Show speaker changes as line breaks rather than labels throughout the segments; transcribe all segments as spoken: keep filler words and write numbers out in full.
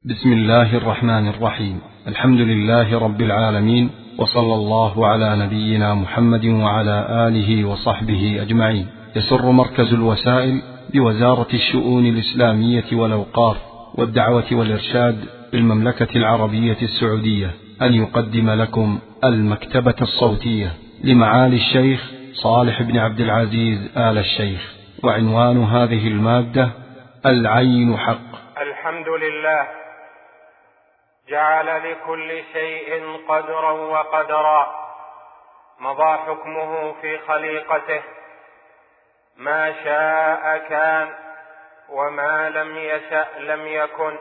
بسم الله الرحمن الرحيم. الحمد لله رب العالمين، وصلى الله على نبينا محمد وعلى آله وصحبه أجمعين. يسر مركز الوسائل بوزارة الشؤون الإسلامية والأوقاف والدعوة والإرشاد بالمملكة العربية السعودية أن يقدم لكم المكتبة الصوتية لمعالي الشيخ صالح بن عبد العزيز آل الشيخ، وعنوان هذه المادة: العين حق.
الحمد لله جعل لكل شيء قدرا وقدرا، مضى حكمه في خليقته، ما شاء كان وما لم يشأ لم يكن.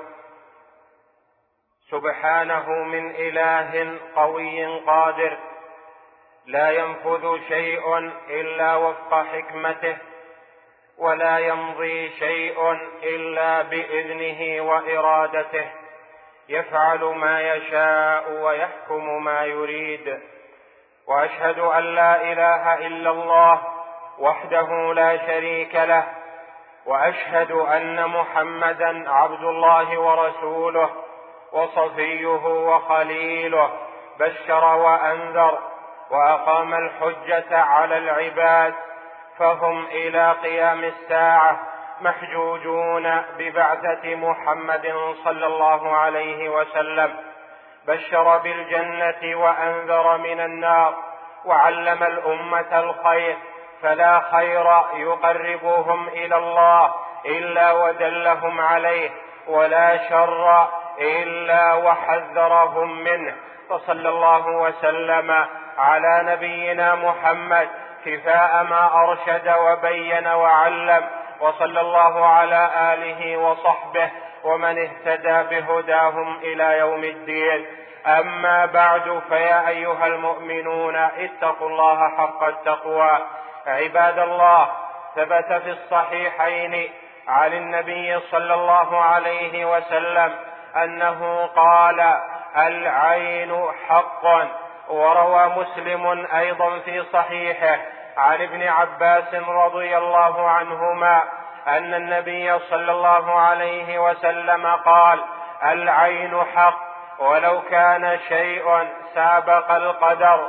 سبحانه من إله قوي قادر، لا ينفذ شيء إلا وفق حكمته، ولا يمضي شيء إلا بإذنه وإرادته، يفعل ما يشاء ويحكم ما يريد. وأشهد أن لا إله إلا الله وحده لا شريك له، وأشهد أن محمدا عبد الله ورسوله وصفيه وخليله، بشر وأنذر وأقام الحجة على العباد، فهم إلى قيام الساعة محجوجون ببعثة محمد صلى الله عليه وسلم. بشر بالجنة وأنذر من النار، وعلم الأمة الخير، فلا خير يقربهم إلى الله إلا ودلهم عليه، ولا شر إلا وحذرهم منه. فصلى الله وسلم على نبينا محمد كفاء ما أرشد وبين وعلم، وصلى الله على آله وصحبه ومن اهتدى بهداهم إلى يوم الدين. أما بعد، فيا أيها المؤمنون اتقوا الله حق التقوى. عباد الله، ثبت في الصحيحين عن النبي صلى الله عليه وسلم أنه قال: العين حق. وروى مسلم أيضا في صحيحه عن ابن عباس رضي الله عنهما أن النبي صلى الله عليه وسلم قال: العين حق، ولو كان شيء سابق القدر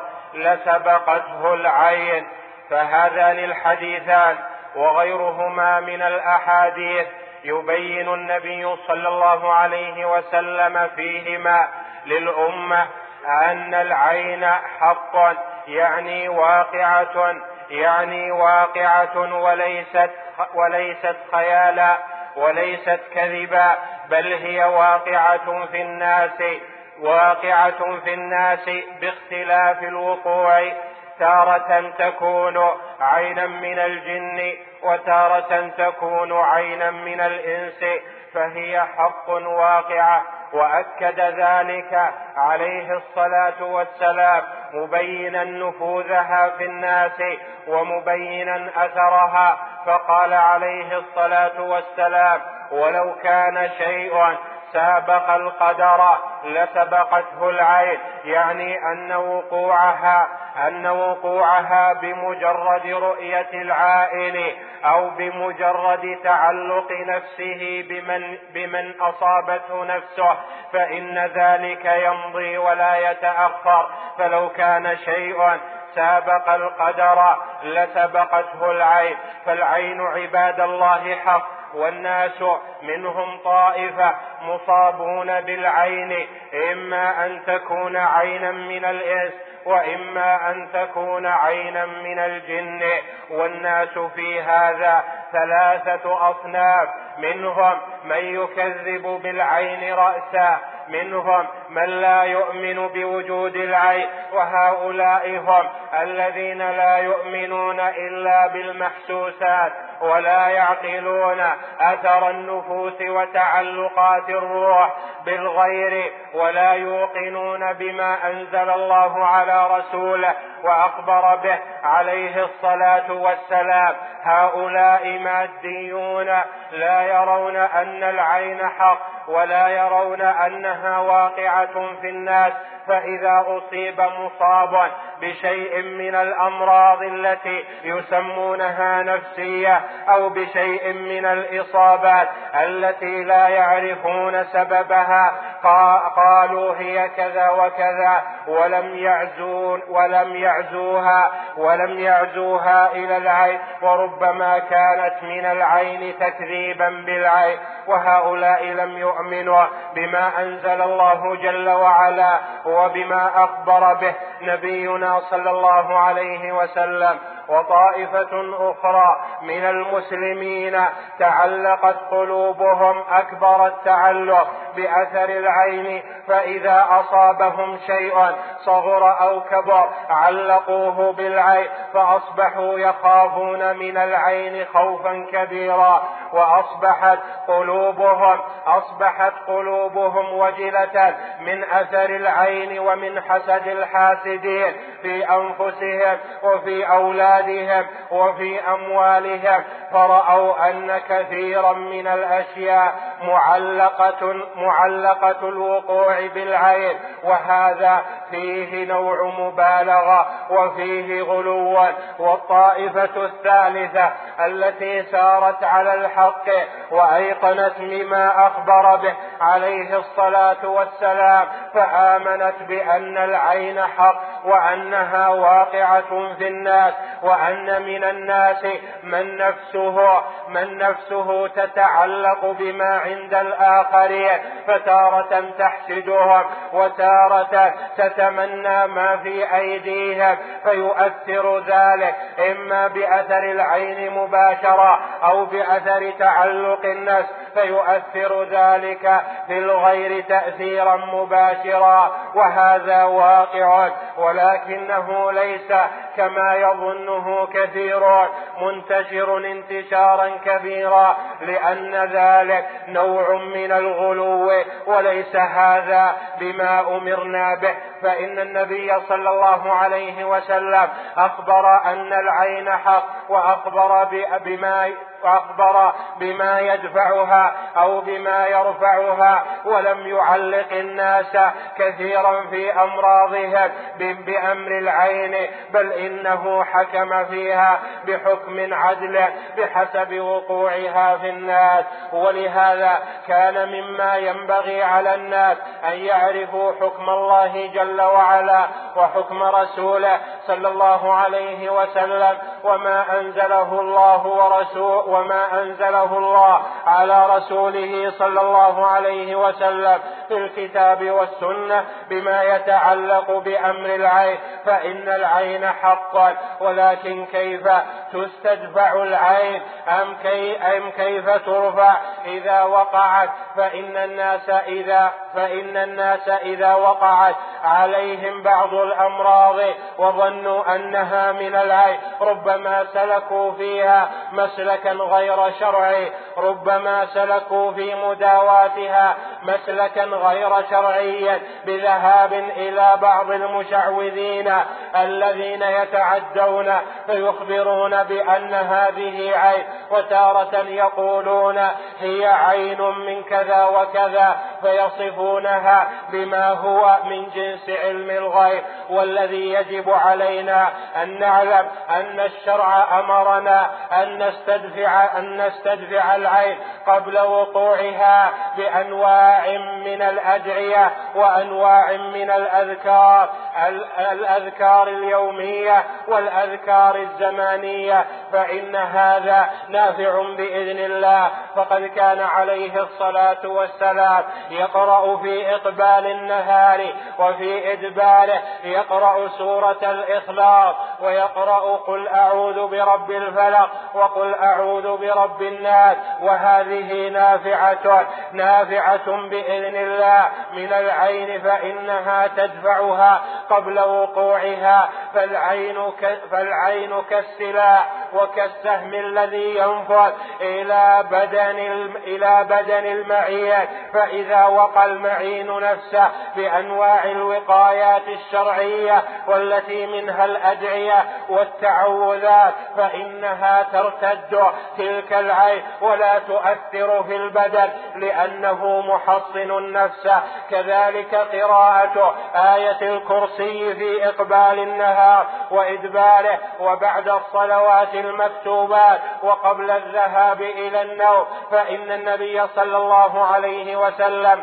لسبقته العين. فهذان الحديثان وغيرهما من الأحاديث يبين النبي صلى الله عليه وسلم فيهما للأمة أن العين حق، يعني واقعة يعني واقعة وليست وليست خيالا وليست كذبا، بل هي واقعة في الناس واقعة في الناس باختلاف الوقوع. تارة تكون عينا من الجن، وتارة تكون عينا من الإنس، فهي حق واقعة. وأكد ذلك عليه الصلاة والسلام مبينا نفوذها في الناس ومبينا أثرها، فقال عليه الصلاة والسلام: ولو كان شيء سابق القدر لسبقته العين، يعني أن وقوعها أن وقوعها بمجرد رؤية العائن أو بمجرد تعلق نفسه بمن, بمن أصابته نفسه، فإن ذلك يمضي ولا يتأخر. فلو كان شيء سابق القدر لسبقته العين. فالعين عباد الله حق، والناس منهم طائفة مصابون بالعين، إما أن تكون عينا من الإنس وإما أن تكون عينا من الجن. والناس في هذا ثلاثة أصناف: منهم من يكذب بالعين رأسا، منهم من لا يؤمن بوجود العين، وهؤلاء هم الذين لا يؤمنون إلا بالمحسوسات، ولا يعقلون أثر النفوس وتعلقات الروح بالغير، ولا يوقنون بما أنزل الله على رسوله وأخبر به عليه الصلاة والسلام. هؤلاء ماديون، لا يرون أن العين حق، ولا يرون أنها واقعة في الناس. فإذا أصيب مصاب بشيء من الأمراض التي يسمونها نفسية أو بشيء من الإصابات التي لا يعرفون سببها قالوا هي كذا وكذا ولم يعزون ولم يعزوها ولم يعزوها إلى العين، وربما كانت من العين تكذيبا بالعين. وهؤلاء لم يؤمنوا بما أنزل الله جل وعلا وبما أخبر به نبينا صلى الله عليه وسلم. وطائفة أخرى من المسلمين تعلقت قلوبهم أكبر التعلق بأثر العين، فإذا أصابهم شيء صغر أو كبر علقوه بالعين، فأصبحوا يخافون من العين خوفا كبيرا، وأصبحت قلوبهم أصبحت قلوبهم وجلة من أثر العين ومن حسد الحاسدين في أنفسهم وفي أولادهم وفي أموالهم، فرأوا أن كثيرا من الأشياء معلقة معلقة الوقوع بالعين، وهذا فيه نوع مبالغة وفيه غلو. والطائفة الثالثة التي سارت على الحق وأيقنت بما أخبر به عليه الصلاة والسلام، فآمنت بأن العين حق وأنها واقعة في الناس، وأن من الناس من نفسه من نفسه تتعلق بما عند الآخرين، فتارة تحسدهم وتارة تتمنى ما في أيديهم، فيؤثر ذلك إما بأثر العين مباشرة أو بأثر تعلق النفس، فيؤثر ذلك في الغير تأثيرا مباشرا. وهذا واقع، ولكنه ليس كما يظنه كثيرون منتشر انتشارا كبيرا، لأن ذلك نوع من الغلو وليس هذا بما أمرنا به. فإن النبي صلى الله عليه وسلم أخبر أن العين حق، وأخبر بما وأخبر بما يدفعها أو بما يرفعها، ولم يعلق الناس كثيرا في أمراضهم بأمر العين، بل إنه حكم فيها بحكم عدل بحسب وقوعها في الناس. ولهذا كان مما ينبغي على الناس أن يعرفوا حكم الله جل وعلا وحكم رسوله صلى الله عليه وسلم، وما أنزله الله ورسوله وما أنزله الله على رسوله صلى الله عليه وسلم في الكتاب والسنة بما يتعلق بأمر العين. فإن العين حقا، ولكن كيف تستدفع العين أم, كي أم كيف ترفع إذا وقعت؟ فإن الناس إذا فإن الناس إذا وقعت عليهم بعض الأمراض وظنوا أنها من العين ربما سلكوا فيها مسلكا غير شرعي، ربما سلكوا في مداواتها مسلكا غير شرعي بذهاب إلى بعض المشعوذين الذين يتعدون فيخبرون بأن هذه عين، وتارة يقولون هي عين من كذا وكذا، فيصفونها بما هو من جنس علم الغيب. والذي يجب علينا أن نعلم أن الشرع أمرنا أن نستدفع, أن نستدفع العين قبل وقوعها بأنواع من الأدعية وأنواع من الأذكار، الأذكار اليومية والأذكار الزمانية، فإن هذا نافع بإذن الله. فقد كان عليه الصلاة والسلام يقرأ في إقبال النهار وفي إدباره يقرأ سورة الإخلاص، ويقرأ قل أعوذ برب الفلق وقل أعوذ برب الناس، وهذه نافعة نافعة بإذن الله من العين، فإنها تدفعها قبل وقوعها. فالعين, فالعين كالسلاح وكالسهم الذي ينفذ إلى بدن بدن إلى بدن المعين، فإذا وقى المعين نفسه بأنواع الوقايات الشرعية والتي منها الأدعية والتعوذات فإنها ترتد تلك العين ولا تؤثر في البدن لأنه محصن النفس. كذلك قراءة آية الكرسي في إقبال النهار وإدباره وبعد الصلوات المكتوبات وقبل الذهاب إلى النوم، فإن النبي صلى الله عليه وسلم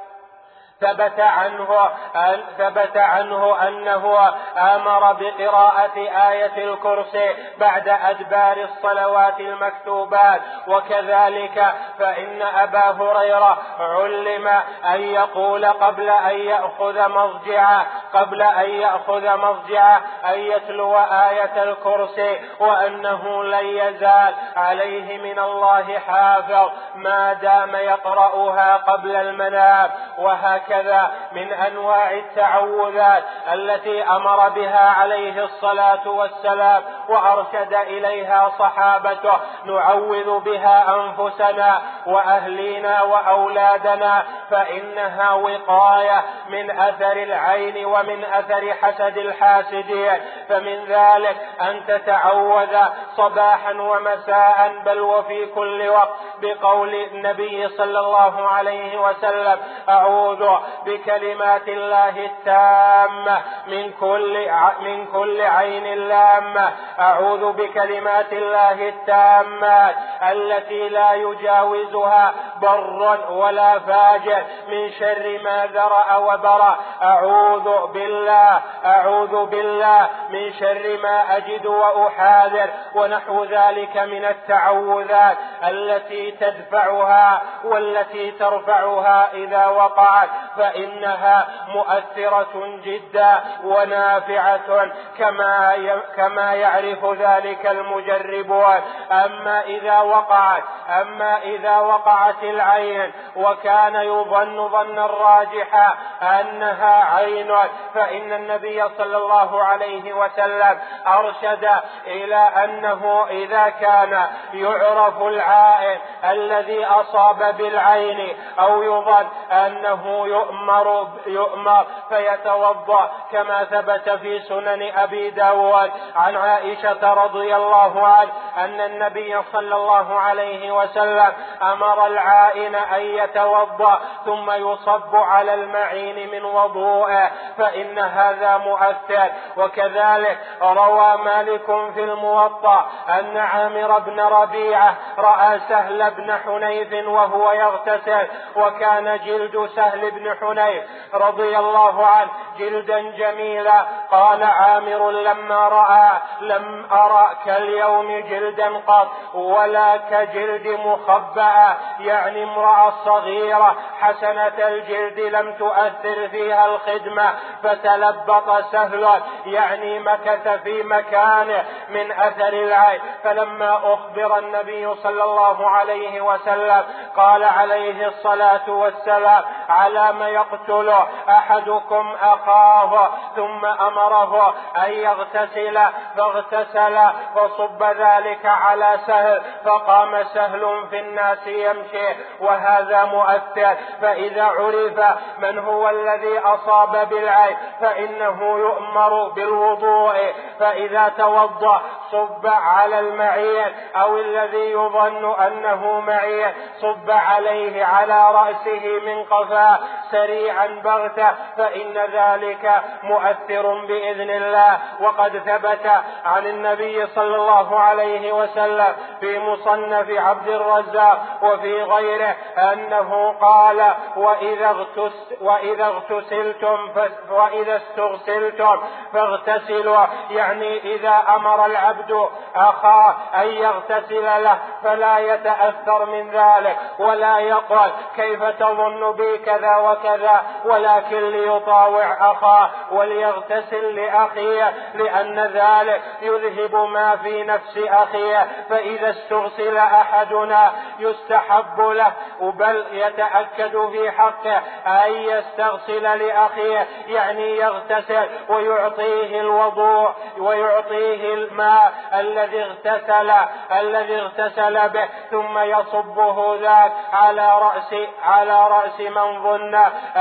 ثبت عنه أن ثبت عنه أنه أمر بقراءة آية الكرسي بعد أدبار الصلوات المكتوبات. وكذلك فإن أبا هريرة علم أن يقول قبل أن يأخذ مضجعه قبل أن يأخذ مضجعه أن يتلو آية الكرسي، وأنه لن يزال عليه من الله حافظ ما دام يقرأها قبل المنام. وهكذا كذا من أنواع التعوذات التي أمر بها عليه الصلاة والسلام وأرشد إليها صحابته نعوذ بها أنفسنا وأهلنا وأولادنا، فإنها وقاية من أثر العين ومن أثر حسد الحاسدين. فمن ذلك أن تتعوذ صباحا ومساء بل وفي كل وقت بقول النبي صلى الله عليه وسلم: أعوذ بكلمات الله التامة من كل من كل عين لامة، أعوذ بكلمات الله التامات التي لا يجاوزها بر ولا فاجر من شر ما ذرأ وبرأ، أعوذ بالله أعوذ بالله من شر ما أجد وأحاذر، ونحو ذلك من التعوذات التي تدفعها والتي ترفعها إذا وقعت، فإنها مؤثرة جدا ونافعة كما كما يعرف ذلك المجربون. أما إذا وقعت أما إذا وقعت العين وكان يظن ظنا راجحا أنها عين، فإن النبي صلى الله عليه وسلم أرشد إلى أنه إذا كان يعرف العائن الذي أصاب بالعين أو يظن أنه يؤمر يؤمر فيتوضأ، كما ثبت في سنن أبي داود عن عائشة رضي الله عنها أن النبي صلى الله عليه وسلم أمر العائن أن يتوضأ ثم يصب على المعين من وضوءه، فإن هذا مؤثر. وكذلك روى مالك في الموطأ أن عامر بن ربيعة رأى سهل بن حنيف وهو يغتسل، وكان جلد سهل بن حنيف رضي الله عنه جلدا جميلا. قال عامر لما رأى: لم أرى كاليوم جلدا قط ولا كجلد مخبأ، يعني امرأة صغيرة حسنة الجلد لم تؤثر فيها الخدمة. فتلبط سهل، يعني مكث في مكانه من أثر العين. فلما أخبر النبي صلى الله عليه وسلم قال عليه الصلاة والسلام: على ما يقتل أحدكم أخاه، ثم أمره أن يغتسل فاغتسل وصب ذلك على سهل، فقام سهل في الناس يمشي، وهذا مؤثر. فإذا عرف من هو الذي أصاب بالعين فإنه يؤمر بالوضوء، فإذا توضأ صب على المعين أو الذي يظن أنه معين صب عليه على رأسه من قفاه سريعا بغتة، فإن ذلك مؤثر بإذن الله. وقد ثبت عن النبي صلى الله عليه وسلم في مصنف عبد الرزاق وفي غيره أنه قال: وإذا وإذا اغتسلتم وإذا استغسلتم فاغتسلوا، يعني إذا أمر العبد أخاه أن يغتسل له فلا يتأثر من ذلك ولا يقول: كيف تظن بي كذا وكذا، ولكن ليطاوع أخاه وليغتسل لأخيه، لأن ذلك يذهب ما في نفس أخيه. فإذا استرسل أحدنا يستحب له بل يتأكد في حقه أن يستغسل لأخيه، يعني يغتسل ويعطيه الوضوء ويعطيه الماء الذي اغتسل الذي اغتسل به، ثم يصبه ذاك على رأس على رأس من ظن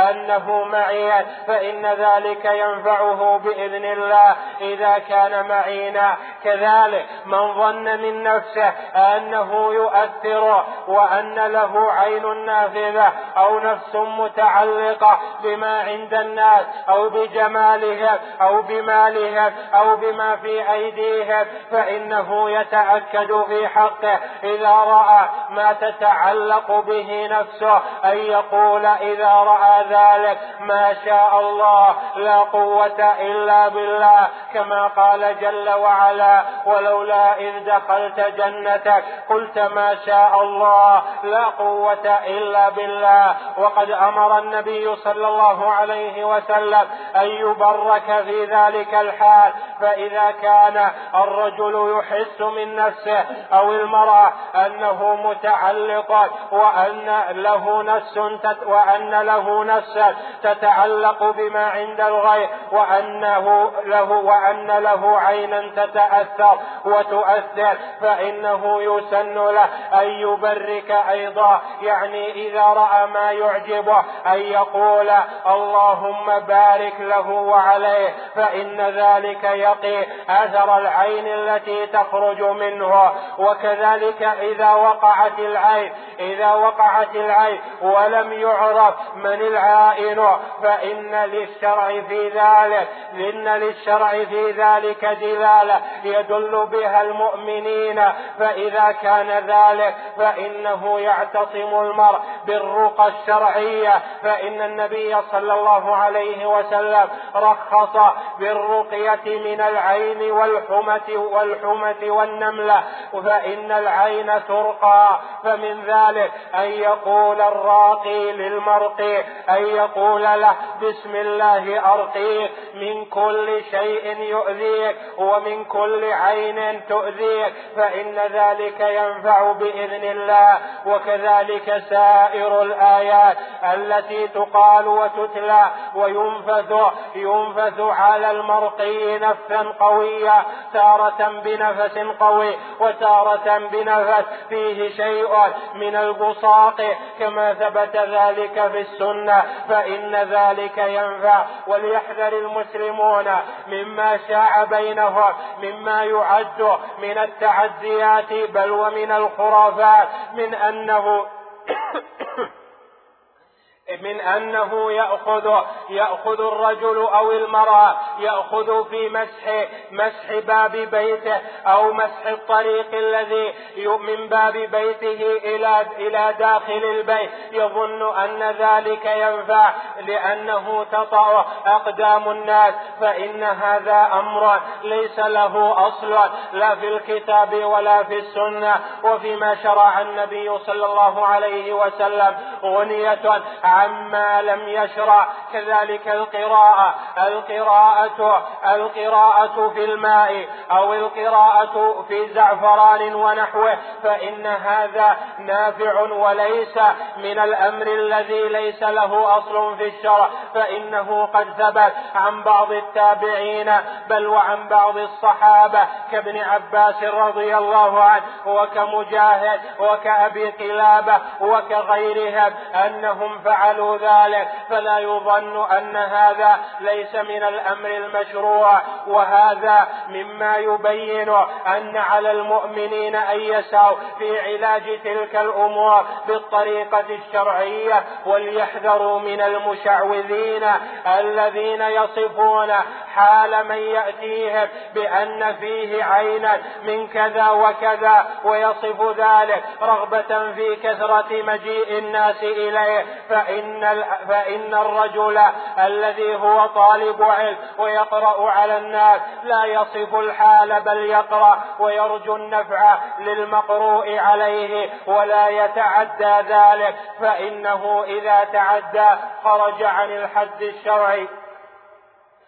أنه معين، فإن ذلك ينفعه بإذن الله إذا كان معينا. كذلك من ظن من نفسه أنه يؤثر وأن له عين نافذة أو نفس متعلقة بما عند الناس أو بجمالهم أو بمالهم أو بما في أيديهم، فإنه يتأكد في حقه إذا رأى ما تتعلق به نفسه أن يقول إذا رأى ذلك ما شاء الله لا قوة إلا بالله، كما قال جل وعلا ولولا إذ دخلت جنتك قلت ما شاء الله لا قوة إلا بالله. وقد أمر النبي صلى الله عليه وسلم أن يبرك في ذلك الحال، فإذا كان الرجل يحس من نفسه أو المرأة أنه متعلق وأن له نفس وأن له نفسا تتعلق بما عند الغير وأنه له وأن له عينا تتأثر وتؤثر، فإنه يسن له أن يبرك أيضا، يعني إذا رأى ما يعجبه أن يقول اللهم بارك له وعليه، فإن ذلك يقي أثر العين التي تخرج منه. وكذلك إذا وقعت العين إذا وقعت العين ولم يعرف من العائن فإن للشرع في ذلك إن للشرع في ذلك دلالة يدل بها المؤمنين، فإذا كان ذلك فإنه يعتصم المرء بالرقى الشرعية، فإن النبي صلى الله عليه وسلم رخص بالرقية من العين والحمة والحمة والنملة، فإن العين ترقى، فمن ذلك أن يقول الراقي للمرقي أن يقول له بسم الله أرقيك من كل شيء يؤذيك ومن كل عين تؤذيك، فإن ذلك ينفع بإذن الله. وكذلك سائر الآيات التي تقال وتتلى وينفث ينفث على المرقي نفثا قويا، تارة بنفس قوي وتارة بنفس فيه شيء من البصاق كما ثبت ذلك في السنة، فإن ذلك ينفع. وليحذر المسلمون مما شاع بينهم مما يعد من التعديات بل ومن الخرافات من أنه من أنه يأخذ يأخذ الرجل أو المرأة يأخذ في مسح مسح باب بيته أو مسح الطريق الذي من باب بيته إلى إلى داخل البيت، يظن أن ذلك ينفع لأنه تطأ أقدام الناس، فإن هذا أمر ليس له أصل لا في الكتاب ولا في السنة. وفيما شرع النبي صلى الله عليه وسلم غنية عما لم يشرع. كذلك القراءة القراءة القراءة في الماء أو القراءة في زعفران ونحوه، فإن هذا نافع وليس من الأمر الذي ليس له أصل في الشرع، فإنه قد ثبت عن بعض التابعين بل وعن بعض الصحابة كابن عباس رضي الله عنه وكمجاهد وكأبي قلابة وكغيرهم أنهم فعلوا ذلك، فلا يظن أن هذا ليس من الأمر المشروع. وهذا مما يبين أن على المؤمنين أن يسعوا في علاج تلك الأمور بالطريقة الشرعية، وليحذروا من المشعوذين الذين يصفون حال من يأتيهم بأن فيه عينا من كذا وكذا، ويصف ذلك رغبة في كثرة مجيء الناس إليه، فإن, فإن الرجل الذي هو طالب علم ويقرأ على الناس لا يصف الحال بل يقرأ ويرجو النفع للمقروء عليه ولا يتعدى ذلك، فإنه إذا تعدى خرج عن الحد الشرعي.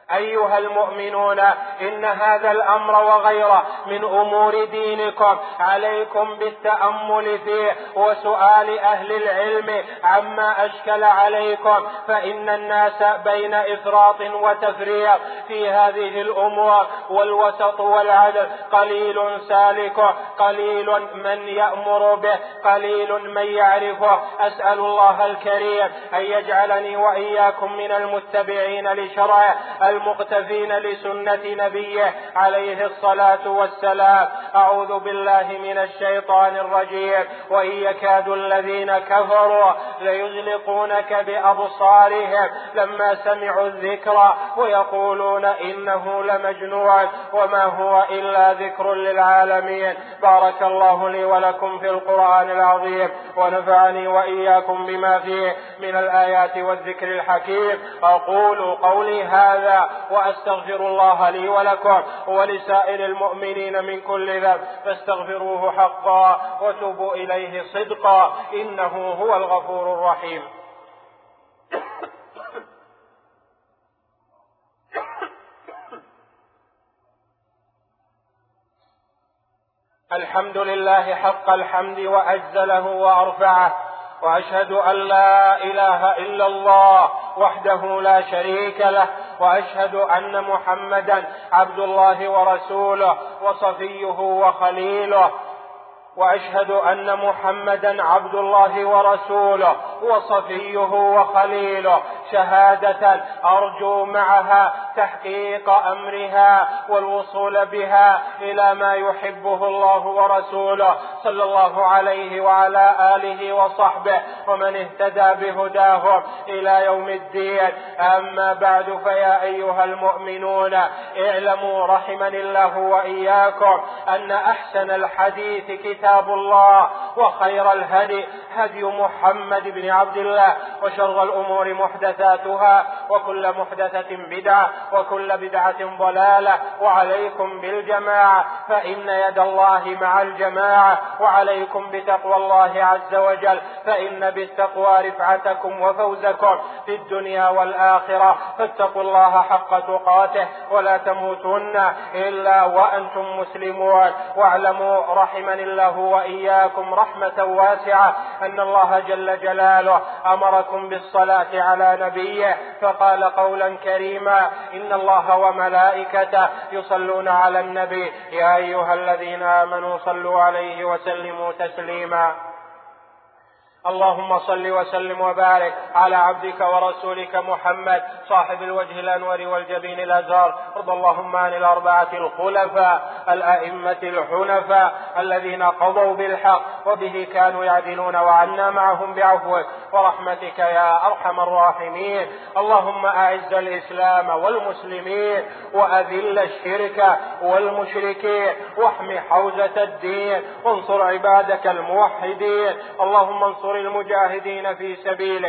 أيها المؤمنون، إن هذا الأمر وغيره من أمور دينكم عليكم بالتأمل فيه وسؤال أهل العلم عما أشكل عليكم، فإن الناس بين إفراط وتفريط في هذه الأمور، والوسط والعدل قليل سالكه، قليل من يأمر به، قليل من يعرفه. أسأل الله الكريم أن يجعلني وإياكم من المتبعين لشرعه المقتفين لسنة نبيه عليه الصلاة والسلام. أعوذ بالله من الشيطان الرجيم. وإن يكاد الذين كفروا ليزلقونك بأبصارهم لما سمعوا الذكر ويقولون إنه لمجنون وما هو إلا ذكر للعالمين. بارك الله لي ولكم في القرآن العظيم، ونفعني وإياكم بما فيه من الآيات والذكر الحكيم. أقول قولي هذا وأستغفر الله لي ولكم ولسائر المؤمنين من كل ذنب، فاستغفروه حقا وتوبوا إليه صدقا، إنه هو الغفور الرحيم. الحمد لله حق الحمد وأجزله وأرفعه، وأشهد أن لا إله إلا الله وحده لا شريك له، وأشهد أن محمدا عبد الله ورسوله وصفيه وخليله، وأشهد أن محمدا عبد الله ورسوله وصفيه وخليله شهادة أرجو معها تحقيق أمرها والوصول بها إلى ما يحبه الله ورسوله صلى الله عليه وعلى آله وصحبه ومن اهتدى بهداهم إلى يوم الدين. أما بعد، فيا أيها المؤمنون، اعلموا رحمني الله وإياكم أن أحسن الحديث كتاب الله، وخير الهدي هدي محمد بن عبد الله، وشر الأمور محدثاتها، وكل محدثة بدعة، وكل بدعة ضلالة. وعليكم بالجماعة، فإن يد الله مع الجماعة، وعليكم بتقوى الله عز وجل، فإن بالتقوى رفعتكم وفوزكم في الدنيا والآخرة. فاتقوا الله حق تقاته ولا تموتن إلا وأنتم مسلمون. واعلموا رحمني الله وإياكم رحمة واسعة أن الله جل جلاله أمركم بالصلاة على نبيه، فقال قولا كريما: إن الله وملائكته يصلون على النبي يا أيها الذين آمنوا صلوا عليه وسلموا تسليما. اللهم صل وسلم وبارك على عبدك ورسولك محمد صاحب الوجه الأنور والجبين الأزهر. ارض اللهم عن الأربعة الخلفاء الأئمة الحنفاء الذين قضوا بالحق وبه كانوا يعدلون، وعنا معهم بعفوك ورحمتك يا أرحم الراحمين. اللهم أعز الإسلام والمسلمين، وأذل الشرك والمشركين، واحم حوزة الدين، وانصر عبادك الموحدين. اللهم انصر المجاهدين في سبيلك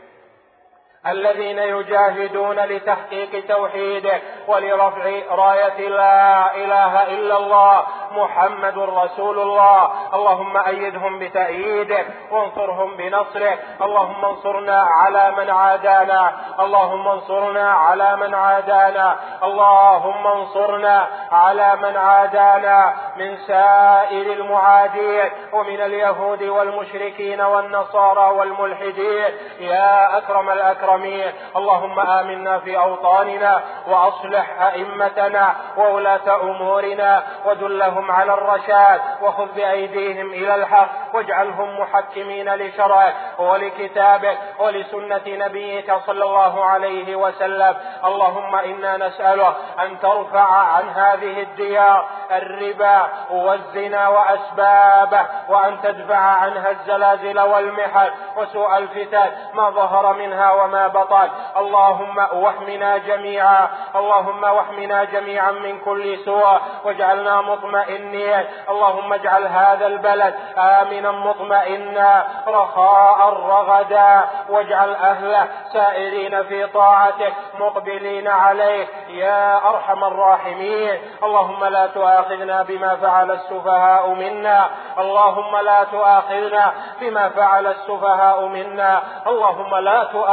الذين يجاهدون لتحقيق توحيده ولرفع راية لا إله إلا الله محمد رسول الله. اللهم أيدهم بتأييدك وانصرهم بنصرك. اللهم انصرنا على من عادانا، اللهم انصرنا على من عادانا، اللهم انصرنا على من عادانا من سائر المعادين ومن اليهود والمشركين والنصارى والملحدين يا أكرم الأكرمين. اللهم آمنا في أوطاننا، وأصلح أئمتنا وولاة أمورنا، ودلهم على الرشاد، وخذ بأيديهم إلى الحق، واجعلهم محكمين لشرعك ولكتابك ولسنة نبيك صلى الله عليه وسلم. اللهم إنا نسأله أن ترفع عن هذه الديار الربا والزنا وأسبابه، وأن تدفع عنها الزلازل والمحن وسوء الفتن ما ظهر منها وما بطن. اللهم واحمنا جميعا، اللهم واحمنا جميعا من كل سوء، واجعلنا مطمئنين. اللهم اجعل هذا البلد آمنا مطمئنا رخاء رغدا، واجعل أهله سائرين في طاعتك مقبلين عليك يا أرحم الراحمين. اللهم لا تؤاخذنا بما فعل السفهاء منا، اللهم لا تؤاخذنا بما فعل السفهاء منا، اللهم لا تؤاخذنا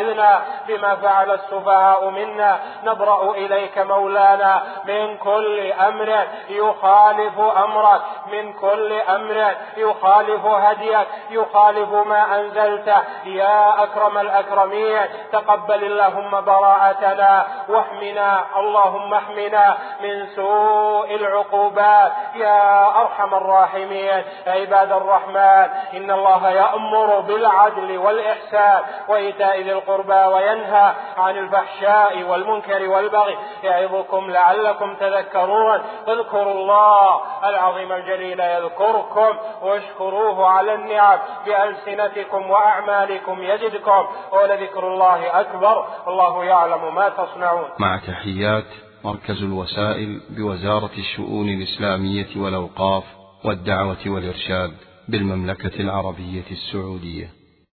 تؤاخذنا بما فعل السفهاء منا. نبرأ إليك مولانا من كل أمر يخالف أمرك، من كل أمر يخالف هديك، يخالف ما أنزلته يا أكرم الأكرمين. تقبل اللهم براءتنا واحمنا، اللهم احمنا من سوء العقوبات يا أرحم الراحمين. عباد الرحمن، إن الله يأمر بالعدل والإحسان وإيتاء ذي القربى وينهى عن الفحشاء والمنكر والبغي يعظكم لعلكم تذكرون. اذكروا الله العظيم الجليل يذكركم واشكروه على النعم بألسنتكم وأعمالكم يزدكم، ولذكر الله أكبر، والله يعلم ما تصنعون.
مع تحيات مركز الوسائل بوزارة الشؤون الإسلامية والأوقاف والدعوة والإرشاد بالمملكة العربية السعودية.